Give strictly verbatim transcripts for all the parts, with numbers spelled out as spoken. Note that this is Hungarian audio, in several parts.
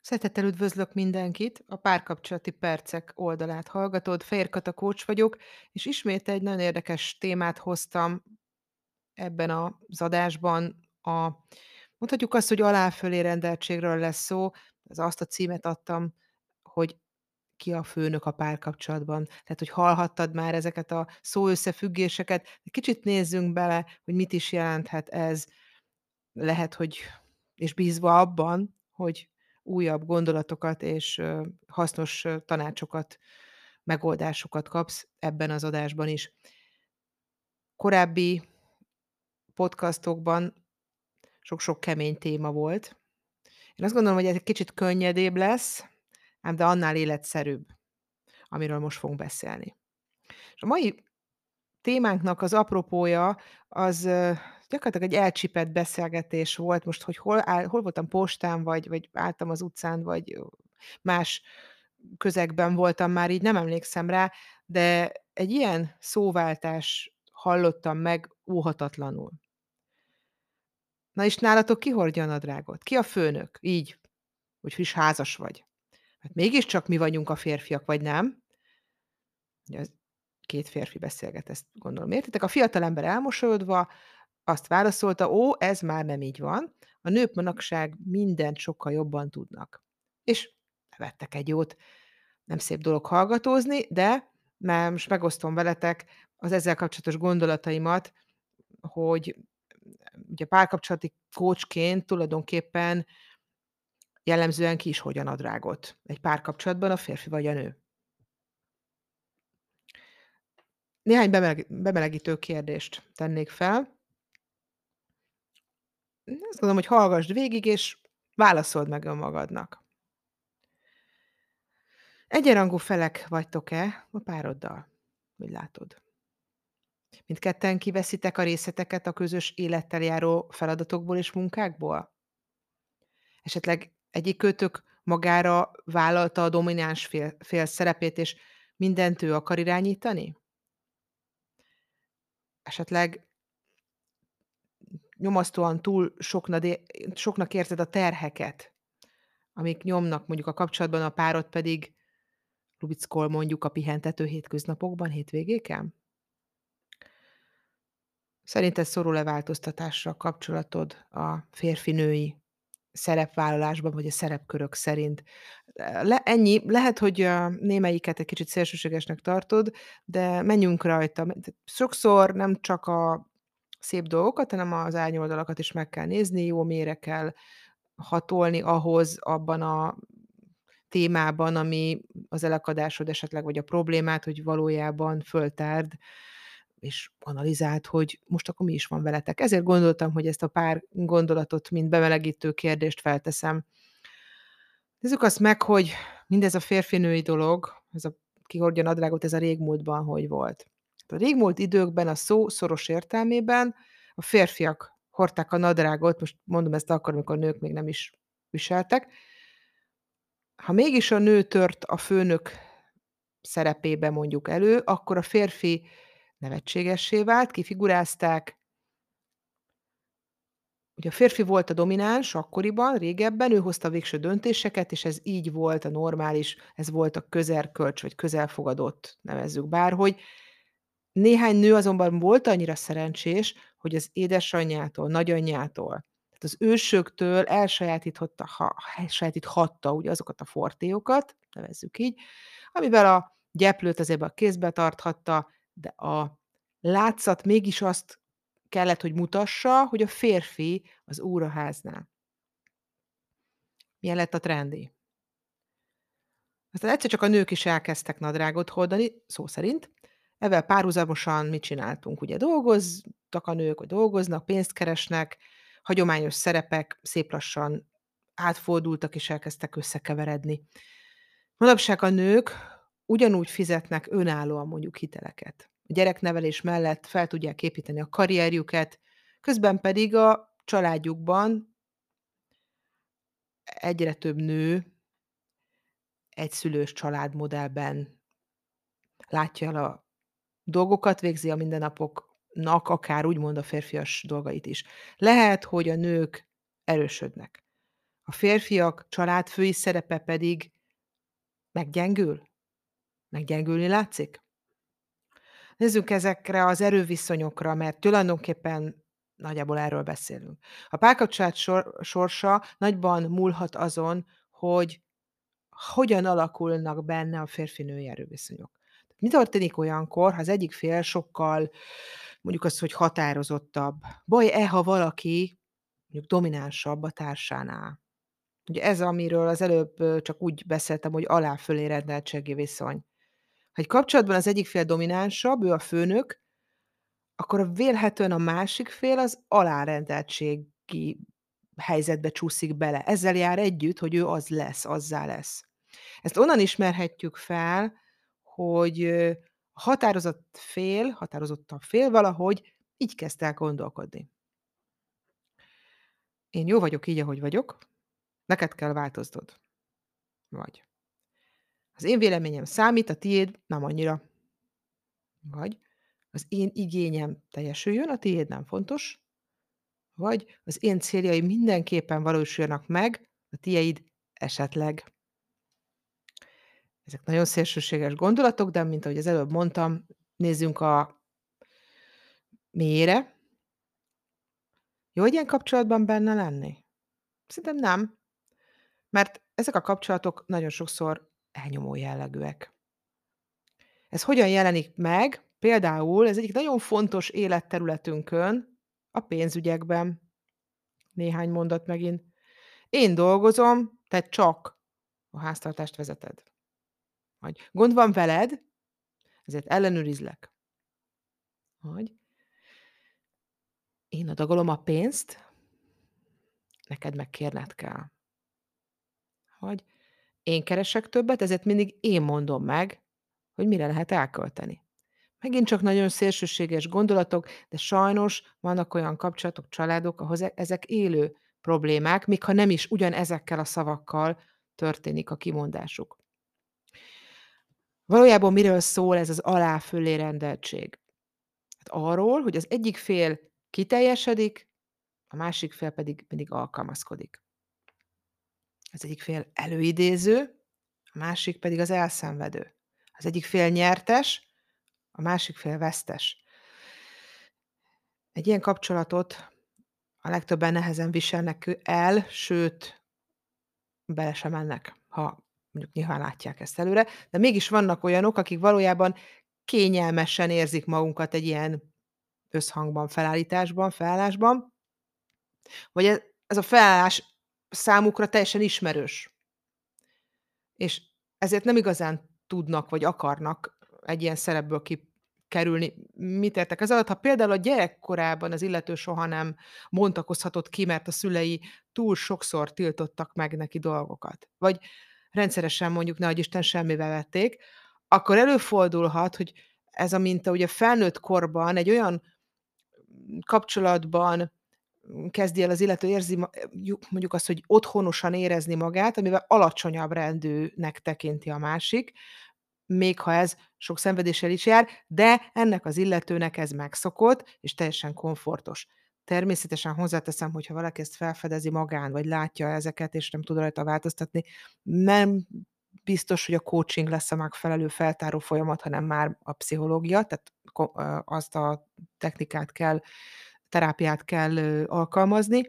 Szeretettel üdvözlök mindenkit, a Párkapcsolati Percek oldalát hallgatod, Fejér Kata coach vagyok, és ismét egy nagyon érdekes témát hoztam ebben az adásban. A mondhatjuk azt, hogy alá-fölé rendeltségről lesz szó, az azt a címet adtam, hogy ki a főnök a párkapcsolatban. Tehát, hogy hallhattad már ezeket a szóösszefüggéseket, egy kicsit nézzünk bele, hogy mit is jelenthet ez. Lehet, hogy és bízva abban, hogy újabb gondolatokat és, ö, hasznos, ö, tanácsokat, megoldásokat kapsz ebben az adásban is. Korábbi podcastokban sok-sok kemény téma volt. Én azt gondolom, hogy ez egy kicsit könnyedébb lesz, ám de annál életszerűbb, amiről most fogunk beszélni. És a mai témánknak az apropója az, ö, gyakorlatilag egy elcsipett beszélgetés volt most, hogy hol áll hol voltam postán, vagy vagy álltam az utcán, vagy ö, más közegben voltam már, így nem emlékszem rá, de egy ilyen szóváltást hallottam meg óhatatlanul. Na és nálatok ki hordja a nadrágot? Ki a főnök? Így, hogy friss házas vagy. Hát mégiscsak mi vagyunk a férfiak, vagy nem? Ugye ez két férfi beszélget, ezt gondolom értitek. A fiatalember elmosolyodva azt válaszolta: "Ó, ez már nem így van. A nők manapság mindent sokkal jobban tudnak." És nevettek egy jót. Nem szép dolog hallgatózni, de már most megosztom veletek az ezzel kapcsolatos gondolataimat, hogy ugye párkapcsolati coachként tulajdonképpen jellemzően ki is hordja a nadrágot egy párkapcsolatban, a férfi vagy a nő. Néhány bemeleg bemelegítő kérdést tennék fel. Azt gondolom, hogy hallgassd végig, és válaszold meg önmagadnak. Egyenrangú felek vagytok-e a pároddal? Hogy látod? Mindketten kiveszitek a részleteket a közös élettel járó feladatokból és munkákból? Esetleg egyikőtök magára vállalta a domináns fél fél szerepét, és mindent ő akar irányítani? Esetleg nyomasztóan túl soknadé soknak érzed a terheket, amik nyomnak mondjuk a kapcsolatban, a párod pedig lubickol mondjuk a pihentető hétköznapokban, hétvégéken? Szerinted szorul-e változtatásra a kapcsolatod a férfi-női szerepvállalásban, vagy a szerepkörök szerint? Le ennyi. Lehet, hogy a némelyiket egy kicsit szélsőségesnek tartod, de menjünk rajta. M t sokszor nem csak a szép dolgokat, hanem az árnyoldalakat is meg kell nézni, jó mélyre kell hatolni ahhoz abban a témában, ami az elakadásod esetleg, vagy a problémát, hogy valójában föltárd és analizáld, hogy most akkor mi is van veletek. Ezért gondoltam, hogy ezt a pár gondolatot, mint bemelegítő kérdést felteszem. Nézzük azt meg, hogy mindez a férfi-női dolog, ez a ki hordja a nadrágot, ez a régmúltban hogy volt. A régmúlt időkben a szó szoros értelmében a férfiak hordták a nadrágot, most mondom ezt akkor, amikor a nők még nem is viseltek. Ha mégis a nő tört a főnök szerepébe mondjuk elő, akkor a férfi nevetségessé vált, kifigurázták. Ugye a férfi volt a domináns akkoriban, régebben, ő hozta a végső döntéseket, és ez így volt a normális, ez volt a közerkölcs, vagy közelfogadott, nevezzük bárhogy. Néhány nő azonban volt annyira szerencsés, hogy az édesanyjától, nagyanyjától, tehát az ősöktől elsajátította ha elsajátíthatta ugye azokat a fortélyokat, nevezzük így, amivel a gyeplőt azért a kézbe tarthatta, de a látszat mégis azt kellett, hogy mutassa, hogy a férfi az úr a háznál. Milyen lett a trendi? Aztán egyszer csak a nők is elkezdtek nadrágot hordani, szó szerint. Ezzel párhuzamosan mit csináltunk? Ugye dolgoztak a nők, vagy dolgoznak, pénzt keresnek, hagyományos szerepek szép lassan átfordultak és elkezdtek összekeveredni. Manapság a nők ugyanúgy fizetnek önállóan mondjuk hiteleket. A gyereknevelés mellett fel tudják építeni a karrierjüket, közben pedig a családjukban egyre több nő egyszülős családmodellben látja el a dolgokat, végzi a mindennapoknak akár úgymond a férfias dolgait is. Lehet, hogy a nők erősödnek. A férfiak családfői szerepe pedig meggyengül? Meggyengülni látszik? Nézzünk ezekre az erőviszonyokra, mert tulajdonképpen nagyjából erről beszélünk. A párkapcsolat sor sorsa nagyban múlhat azon, hogy hogyan alakulnak benne a férfi-női erőviszonyok. Mi történik olyankor, ha az egyik fél sokkal, mondjuk azt, hogy határozottabb? Baj-e, ha valaki mondjuk dominánsabb a társánál? Ugye ez, amiről az előbb ö, csak úgy beszéltem, hogy alá-fölé rendeltségi viszony. Ha egy kapcsolatban az egyik fél dominánsabb, ő a főnök, akkor vélhetően a másik fél az alárendeltségi helyzetbe csúszik bele. Ezzel jár együtt, hogy ő az lesz, azzá lesz. Ezt onnan ismerhetjük fel, hogy ö, a határozott fél, határozottabb fél valahogy így kezd el gondolkodni. Én jó vagyok így, ahogy vagyok, neked kell változnod. Vagy az én véleményem számít, a tiéd nem annyira. Vagy az én igényem teljesüljön, a tiéd nem fontos. Vagy az én céljaim mindenképpen valósuljanak meg, a tieid esetleg. Ezek nagyon szélsőséges gondolatok, de mint ahogy az előbb mondtam, nézzünk a mélyére. Jó egy ilyen kapcsolatban benne lenni? Szerintem nem, mert ezek a kapcsolatok nagyon sokszor elnyomó jellegűek. Ez hogyan jelenik meg? Például ez egyik nagyon fontos életterületünkön, a pénzügyekben. Néhány mondat megint. Én dolgozom, te csak a háztartást vezeted. Vagy gond van veled, ezért ellenőrizlek. Vagy én adagolom a pénzt, neked meg kérned kell. Vagy én keresek többet, ezért mindig én mondom meg, hogy mire lehet elkölteni. Megint csak nagyon szélsőséges gondolatok, de sajnos vannak olyan kapcsolatok, családok, ahol e- ezek élő problémák, még ha nem is ugyanezekkel a szavakkal történik a kimondásuk. Valójában miről szól ez az alá-fölé rendeltség? Hát arról, hogy az egyik fél kiteljesedik, a másik fél pedig mindig alkalmazkodik. Az egyik fél előidéző, a másik pedig az elszenvedő. Az egyik fél nyertes, a másik fél vesztes. Egy ilyen kapcsolatot a legtöbben nehezen viselnek el, sőt, bele sem mennek, ha mondjuk nyilván látják ezt előre, de mégis vannak olyanok, akik valójában kényelmesen érzik magunkat egy ilyen összhangban, felállításban, felállásban, vagy ez ez a felállás számukra teljesen ismerős, és ezért nem igazán tudnak vagy akarnak egy ilyen szerepből kikerülni. Mit értek ez alatt? Ha például a gyerekkorában az illető soha nem bontakozhatott ki, mert a szülei túl sokszor tiltottak meg neki dolgokat, vagy rendszeresen mondjuk, ne adj Isten, semmibe vették, akkor előfordulhat, hogy ez a minta ugye felnőtt korban egy olyan kapcsolatban kezdi el az illető érzi ma ju mondjuk azt, hogy otthonosan érezni magát, amivel alacsonyabb rendűnek tekinti a másik, még ha ez sok szenvedéssel is jár, de ennek az illetőnek ez megszokott és teljesen komfortos. Természetesen hozzáteszem, hogyha valaki ezt felfedezi magán, vagy látja ezeket, és nem tud rajta változtatni, nem biztos, hogy a coaching lesz a megfelelő feltáró folyamat, hanem már a pszichológia, tehát ko ö, azt a technikát kell, terápiát kell, ö, alkalmazni,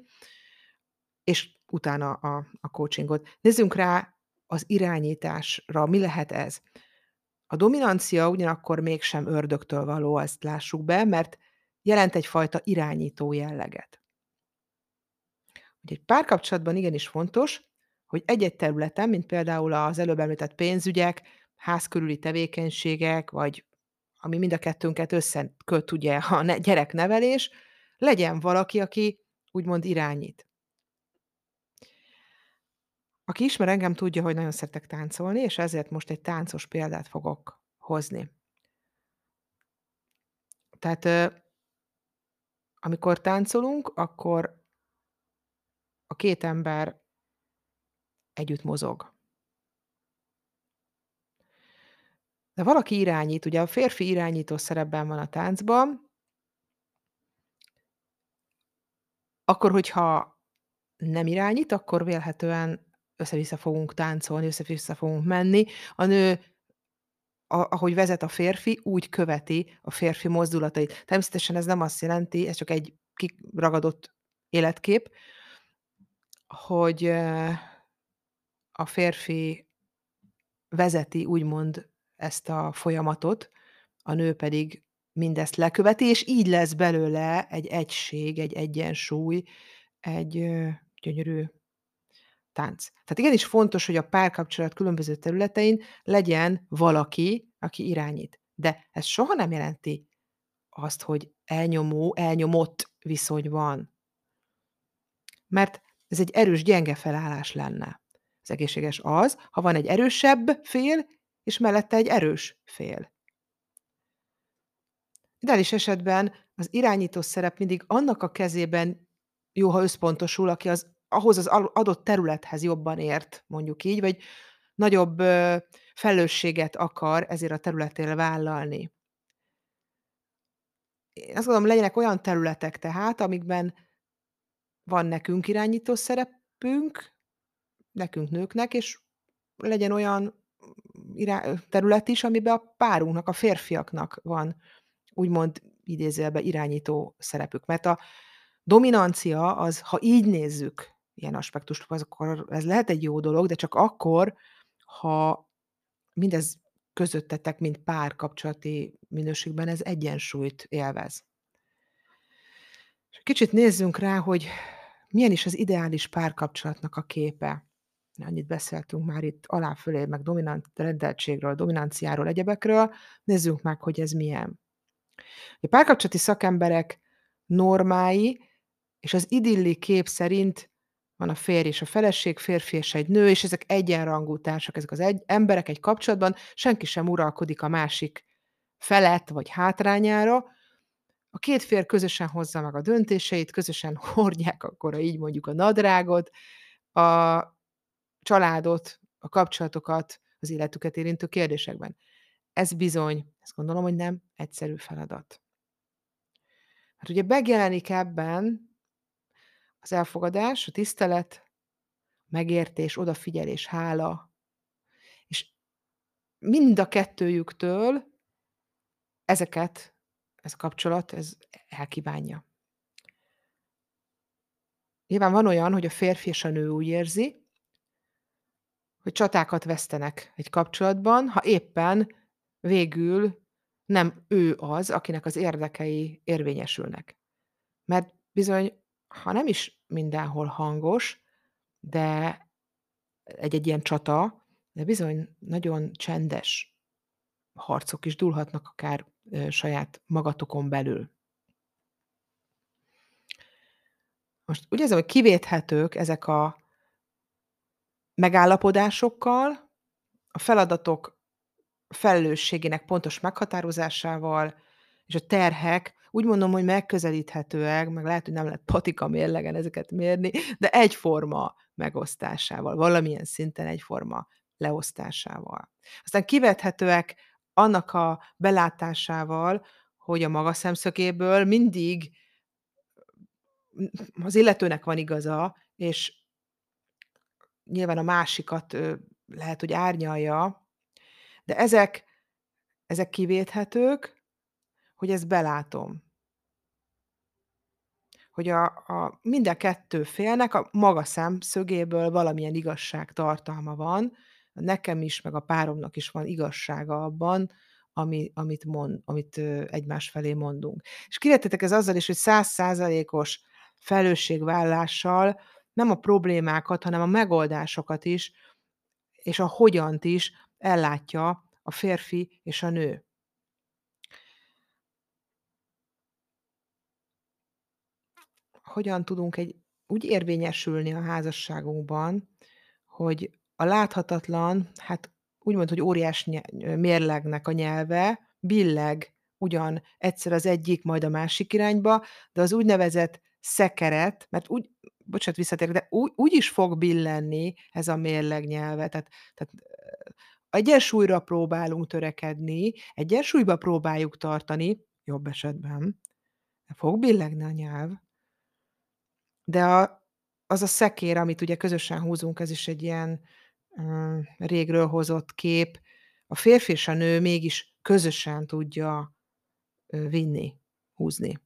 és utána a a coachingot. Nézzünk rá az irányításra. Mi lehet ez? A dominancia ugyanakkor mégsem ördögtől való, ezt lássuk be, mert jelent egyfajta irányító jelleget. Ugye egy párkapcsolatban igenis fontos, hogy egy-egy területen, mint például az előbb említett pénzügyek, ház körüli tevékenységek, vagy ami mind a kettőnket összeköt, ugye a ne gyereknevelés, legyen valaki, aki úgymond irányít. Aki ismer engem, tudja, hogy nagyon szeretek táncolni, és ezért most egy táncos példát fogok hozni. Tehát, ö, amikor táncolunk, akkor a két ember együtt mozog. De valaki irányít, ugye a férfi irányító szerepben van a táncban, akkor, hogyha nem irányít, akkor vélhetően össze-vissza fogunk táncolni, össze-vissza fogunk menni. A nő, a ahogy vezet a férfi, úgy követi a férfi mozdulatait. Természetesen ez nem azt jelenti, ez csak egy kiragadott életkép, hogy, eh, a férfi vezeti úgymond ezt a folyamatot, a nő pedig mindezt leköveti, és így lesz belőle egy egység, egy egyensúly, egy, ö, gyönyörű tánc. Tehát igenis fontos, hogy a párkapcsolat különböző területein legyen valaki, aki irányít. De ez soha nem jelenti azt, hogy elnyomó, elnyomott viszony van, mert ez egy erős-gyenge felállás lenne. Az egészséges az, ha van egy erősebb fél, és mellette egy erős fél. Ideális esetben az irányító szerep mindig annak a kezében jó, ha összpontosul, aki az ahhoz az al adott területhez jobban ért, mondjuk így, vagy nagyobb, ö, felelősséget akar ezért a területért vállalni. Én azt gondolom, legyenek olyan területek tehát, amikben van nekünk irányító szerepünk, nekünk nőknek, és legyen olyan irá terület is, amiben a párunknak, a férfiaknak van úgymond idézőjelben irányító szerepük. Mert a dominancia az, ha így nézzük, ilyen aspektust, az akkor ez lehet egy jó dolog, de csak akkor, ha mindez közöttetek, mint párkapcsolati minőségben ez egyensúlyt élvez. És kicsit nézzünk rá, hogy milyen is az ideális párkapcsolatnak a képe. Annyit beszéltünk már itt alá-fölé, meg dominant rendeltségről, dominanciáról, egyebekről. Nézzünk meg, hogy ez milyen. A párkapcsolati szakemberek normái és az idilli kép szerint van a férj és a feleség, férfi és egy nő, és ezek egyenrangú társak, ezek az egy emberek egy kapcsolatban, senki sem uralkodik a másik felett vagy hátrányára. A két férj közösen hozza meg a döntéseit, közösen hordják akkor, ha így mondjuk, a nadrágot, a családot, a kapcsolatokat, az életüket érintő kérdésekben. Ez bizony, azt gondolom, hogy nem egyszerű feladat. Hát ugye megjelenik ebben az elfogadás, a tisztelet, megértés, odafigyelés, hála, és mind a kettőjüktől ezeket, ez a kapcsolat, ez elkívánja. Nyilván van olyan, hogy a férfi és a nő úgy érzi, hogy csatákat vesztenek egy kapcsolatban, ha éppen végül nem ő az, akinek az érdekei érvényesülnek. Mert bizony, ha nem is mindenhol hangos, de egy-egy ilyen csata, de bizony nagyon csendes harcok is dúlhatnak akár, ö, saját magatokon belül. Most úgy érzem, hogy kivéthetők ezek a megállapodásokkal, a feladatok felelősségének pontos meghatározásával, és a terhek úgy mondom, hogy megközelíthetőek, meg lehet, hogy nem lehet patika mérlegen ezeket mérni, de egyforma megosztásával, valamilyen szinten egyforma leosztásával. Aztán kivethetőek annak a belátásával, hogy a maga szemszögéből mindig az illetőnek van igaza, és nyilván a másikat, ö, lehet, hogy árnyalja, de ezek ezek kivéthetők, hogy ezt belátom. Hogy a a mind a kettő félnek a maga szemszögéből valamilyen igazság tartalma van. Nekem is, meg a páromnak is van igazsága abban, ami amit mond amit, ö, egymás felé mondunk. És kivettetek ez azzal is, hogy száz százalékos felelősségvállalással nem a problémákat, hanem a megoldásokat is, és a hogyant is ellátja a férfi és a nő. Hogyan tudunk egy úgy érvényesülni a házasságunkban, hogy a láthatatlan, hát úgymond, hogy óriás nye mérlegnek a nyelve billeg ugyan egyszer az egyik, majd a másik irányba, de az úgynevezett szekeret, mert úgy bocsánat, visszatérek, de úgy úgy is fog billenni ez a mérleg nyelve, tehát tehát, ö, egyensúlyra próbálunk törekedni, egyensúlyba próbáljuk tartani, jobb esetben, de fog billegni a nyelv. De a az a szekér, amit ugye közösen húzunk, ez is egy ilyen, hm, régről hozott kép. A férfi és a nő mégis közösen tudja, ö, vinni, húzni.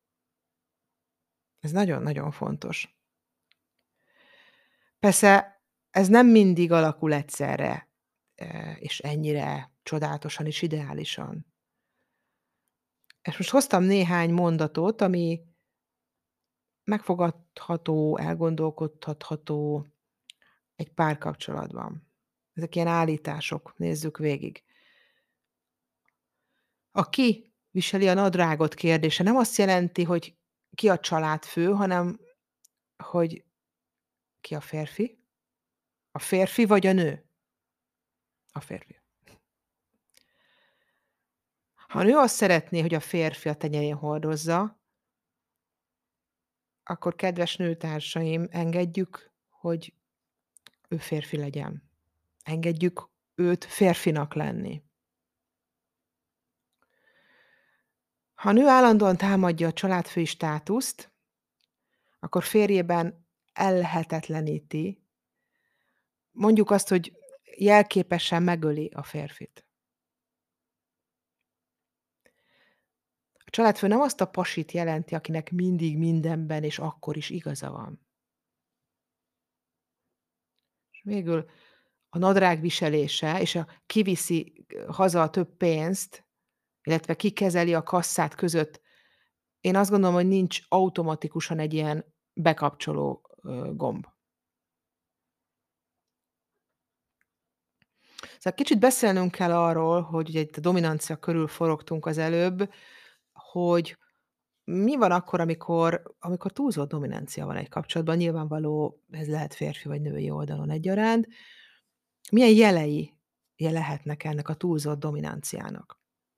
Ez nagyon-nagyon fontos. Persze ez nem mindig alakul egyszerre, eee, és ennyire csodálatosan és ideálisan. És most hoztam néhány mondatot, ami megfogadható, elgondolkodtatható egy párkapcsolatban. Ezek ilyen állítások, nézzük végig. A "ki viseli a nadrágot" kérdése nem azt jelenti, hogy ki a családfő, hanem hogy ki a férfi? A férfi vagy a nő? A férfi. Ha a nő azt szeretné, hogy a férfi a tenyerén hordozza, akkor kedves nőtársaim, engedjük, hogy ő férfi legyen. Engedjük őt férfinak lenni. Ha a nő állandóan támadja a családfői státuszt, akkor férjében ellehetetleníti, mondjuk azt, hogy jelképesen megöli a férfit. A családfő nem azt a pasit jelenti, akinek mindig mindenben és akkor is igaza van. És végül a nadrág viselése és a kiviszi haza a több pénzt, illetve ki kezeli a kasszát között, én azt gondolom, hogy nincs automatikusan egy ilyen bekapcsoló, ö, gomb. Szóval kicsit beszélnünk kell arról, hogy ugye itt a dominancia körül forogtunk az előbb, hogy mi van akkor, amikor amikor túlzott dominancia van egy kapcsolatban, nyilvánvaló, ez lehet férfi vagy női oldalon egyaránt. Milyen jelei je lehetnek ennek a túlzott dominanciának?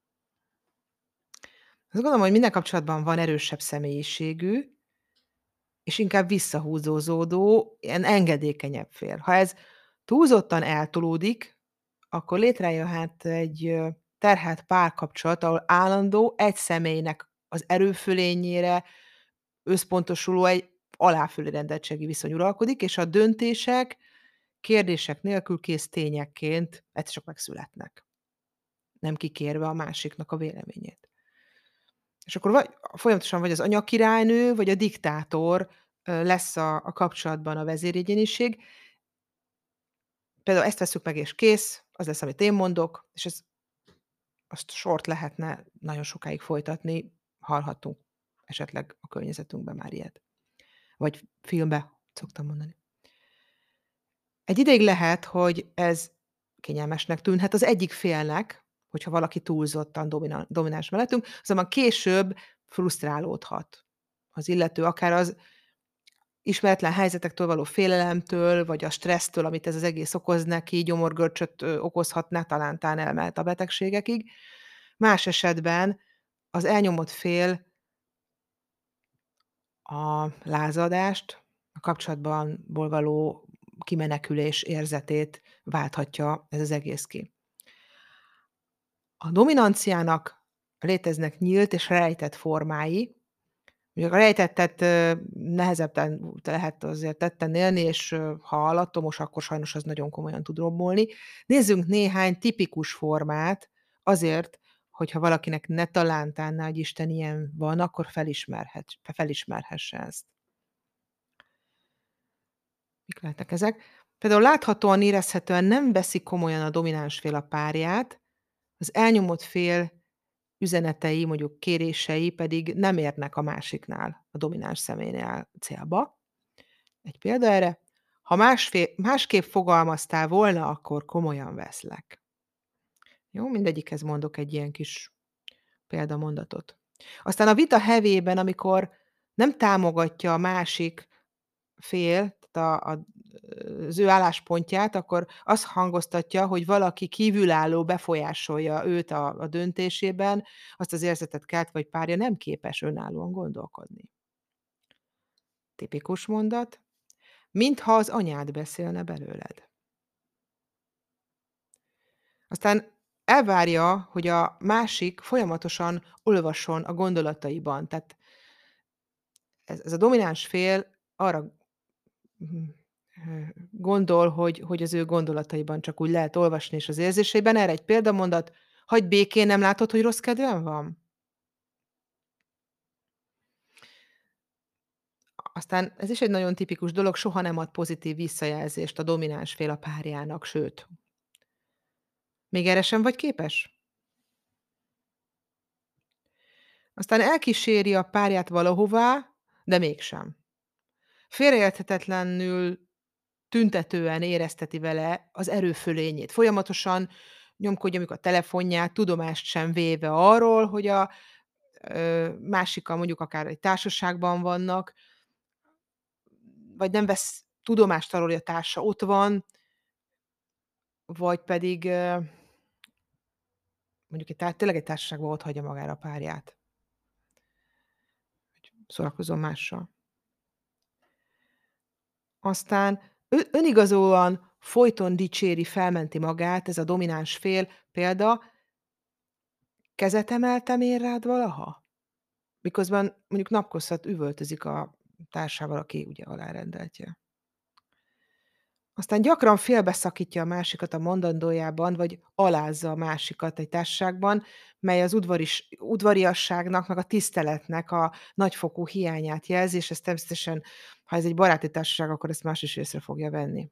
Azt gondolom, hogy minden kapcsolatban van erősebb személyiségű, és inkább visszahúzózódó, ilyen engedékenyebb fél. Ha ez túlzottan eltolódik, akkor létrejöhet egy, ö, terhelt párkapcsolat, ahol állandó, egy személynek az erőfölényére összpontosuló egy alá-fölé-rendeltségi viszony uralkodik, és a döntések kérdések nélkül kész tényekként egyszer csak megszületnek, nem kikérve a másiknak a véleményét. És akkor vagy folyamatosan vagy az anyakirálynő, vagy a diktátor, ö, lesz a a kapcsolatban a vezéregyéniség. Például ezt vesszük meg és kész, az lesz, amit én mondok, és ez azt sort lehetne nagyon sokáig folytatni, hallhattunk esetleg a környezetünkben már ilyet. Vagy filmbe, szoktam mondani. Egy ideig lehet, hogy ez kényelmesnek tűnhet az egyik félnek, hogyha valaki túlzottan domina domináns mellettünk, azonban később frusztrálódhat az illető, akár az ismeretlen helyzetektől való félelemtől, vagy a stressztől, amit ez az egész okoz neki, gyomorgörcsöt, ö, okozhatná, talán tán elmehet a betegségekig. Más esetben az elnyomott fél a lázadást, a kapcsolatban ból való kimenekülés érzetét válthatja ez az egész ki. A dominanciának léteznek nyílt és rejtett formái. Ugye a rejtettet, ö, nehezebben lehet azért tetten élni, és, ö, ha alattomos, akkor sajnos az nagyon komolyan tud romolni. Nézzünk néhány tipikus formát azért, hogyha valakinek ne talántán, ne adj Isten ilyen van, akkor felismerhet felismerhesse ezt. Mik lehetnek ezek? Például láthatóan, érezhetően nem veszi komolyan a domináns fél a párját, az elnyomott fél üzenetei, mondjuk kérései pedig nem érnek a másiknál, a domináns személynél célba. Egy példa erre: "Ha másfé másképp fogalmaztál volna, akkor komolyan veszlek." Jó, mindegyikhez mondok egy ilyen kis példamondatot. Aztán a vita hevében, amikor nem támogatja a másik fél, tehát a a az ő álláspontját, akkor azt hangoztatja, hogy valaki kívülálló befolyásolja őt a a döntésében, azt az érzetet kelt, hogy párja nem képes önállóan gondolkodni. Tipikus mondat: "Mintha az anyád beszélne belőled." Aztán elvárja, hogy a másik folyamatosan olvasson a gondolataiban, tehát ez ez a domináns fél arra mhm, ö, gondol, hogy hogy az ő gondolataiban csak úgy lehet olvasni és az érzéseiben. Erre egy példamondat: "Hagyd békén, nem látod, hogy rossz kedvem van?" Aztán ez is egy nagyon tipikus dolog, soha nem ad pozitív visszajelzést a domináns fél a párjának, sőt. Még erre sem vagy képes? Aztán elkíséri a párját valahová, de mégsem. Félreérthetetlenül, tüntetően érezteti vele az erőfölényét. Folyamatosan nyomkodja mondjuk a telefonját, tudomást sem véve arról, hogy a, ö, másikkal mondjuk akár egy társaságban vannak, vagy nem vesz tudomást arról, hogy a társa ott van, vagy pedig, ö, mondjuk egy tá tényleg egy társaságban otthagyja magára a párját, hogy szórakozzon mással. Aztán ö önigazolóan folyton dicséri, felmenti magát, ez a domináns fél példa: "Kezet emeltem én rád valaha?" Miközben mondjuk napközben üvöltözik a társával, aki ugye alárendeltje. Aztán gyakran félbeszakítja a másikat a mondandójában, vagy alázza a másikat egy társaságban, mely az udvaris udvariasságnak, meg a tiszteletnek a nagyfokú hiányát jelzi, és ez természetesen, ha ez egy baráti társaság, akkor ezt más is észre fogja venni.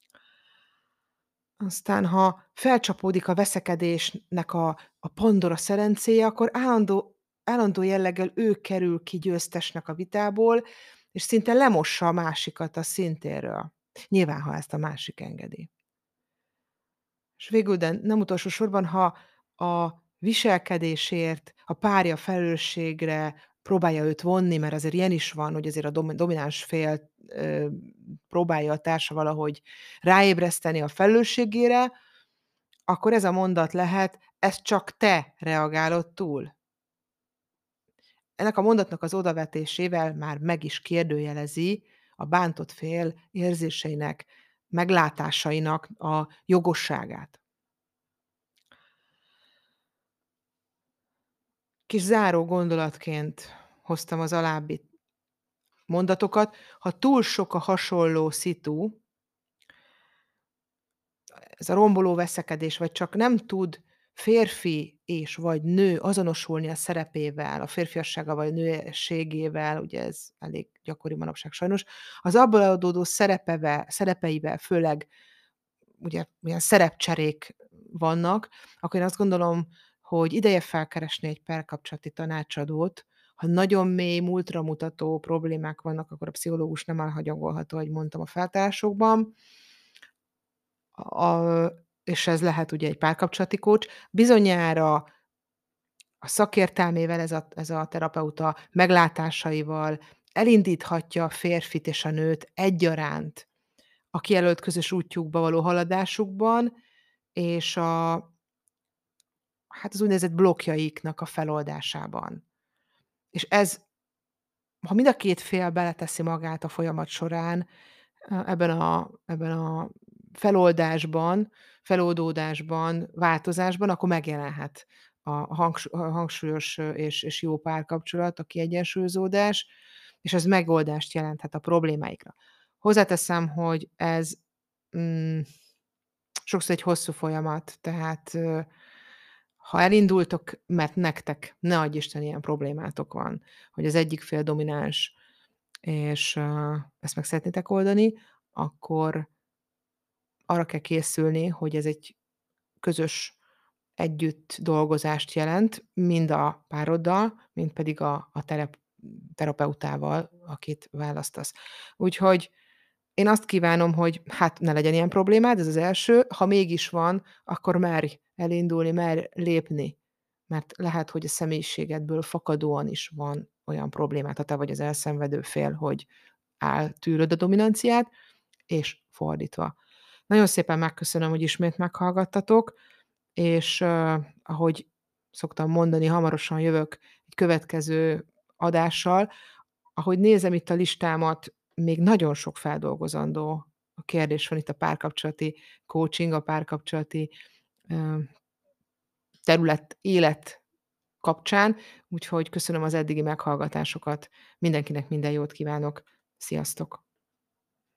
Aztán, ha felcsapódik a veszekedésnek a a Pandora szerencéje, akkor állandó állandó jelleggel ő kerül ki győztesnek a vitából, és szinte lemossa a másikat a színtéről. Nyilván, ha ezt a másik engedi. És végül, de nem utolsó sorban, ha a viselkedésért a párja felelősségre próbálja őt vonni, mert azért ilyen is van, hogy azért a domi domináns fél, ö, próbálja a társa valahogy ráébreszteni a felelősségére, akkor ez a mondat lehet: "Ezt csak te reagálod túl." Ennek a mondatnak az odavetésével már meg is kérdőjelezi a bántott fél érzéseinek, meglátásainak a jogosságát. Kis záró gondolatként hoztam az alábbi mondatokat. Ha túl sok a hasonló szitu, ez a romboló veszekedés, vagy csak nem tud férfi és vagy nő azonosulni a szerepével, a férfiassággal vagy nőiességével, ugye ez elég gyakori manapság sajnos, az abból adódó szerepevel szerepeivel, főleg ugye ilyen szerepcserék vannak, akkor én azt gondolom, hogy ideje felkeresni egy párkapcsolati tanácsadót. Ha nagyon mély, múltra mutató problémák vannak, akkor a pszichológus nem elhanyagolható, ahogy mondtam a feltárásokban. A és ez lehet ugye egy párkapcsolati coach. Bizonyára a szakértelmével ez a ez a terapeuta meglátásaival elindíthatja a férfit és a nőt egyaránt a kijelölt közös útjukba való haladásukban, és a hát az úgynevezett blokkjaiknak a feloldásában. És ez, ha mind a két fél beleteszi magát a folyamat során, e ebben a ebben a feloldásban, feloldódásban, változásban, akkor megjelenhet a hangs a hangsúlyos és és jó párkapcsolat, a kiegyensúlyozódás, és ez megoldást jelenthet a problémáikra. Hozzáteszem, hogy ez, hm, sokszor egy hosszú folyamat, tehát, ö, ha elindultok, mert nektek, ne adj Isten, ilyen problémátok van, hogy az egyik fél domináns, és, ö, ezt meg szeretnétek oldani, akkor arra kell készülni, hogy ez egy közös együtt dolgozást jelent, mind a pároddal, mind pedig a a terep terapeutával, akit választasz. Úgyhogy én azt kívánom, hogy hát ne legyen ilyen problémád, ez az első, ha mégis van, akkor merj elindulni, merj lépni, mert lehet, hogy a személyiségedből fakadóan is van olyan problémád, ha te vagy az elszenvedő fél, hogy eltűröd a dominanciát, és fordítva. Nagyon szépen megköszönöm, hogy ismét meghallgattatok, és, ö, ahogy szoktam mondani, hamarosan jövök egy következő adással. Ahogy nézem itt a listámat, még nagyon sok feldolgozandó a kérdés van itt a párkapcsolati coaching, a párkapcsolati, ö, terület, élet kapcsán, úgyhogy köszönöm az eddigi meghallgatásokat. Mindenkinek minden jót kívánok. Sziasztok!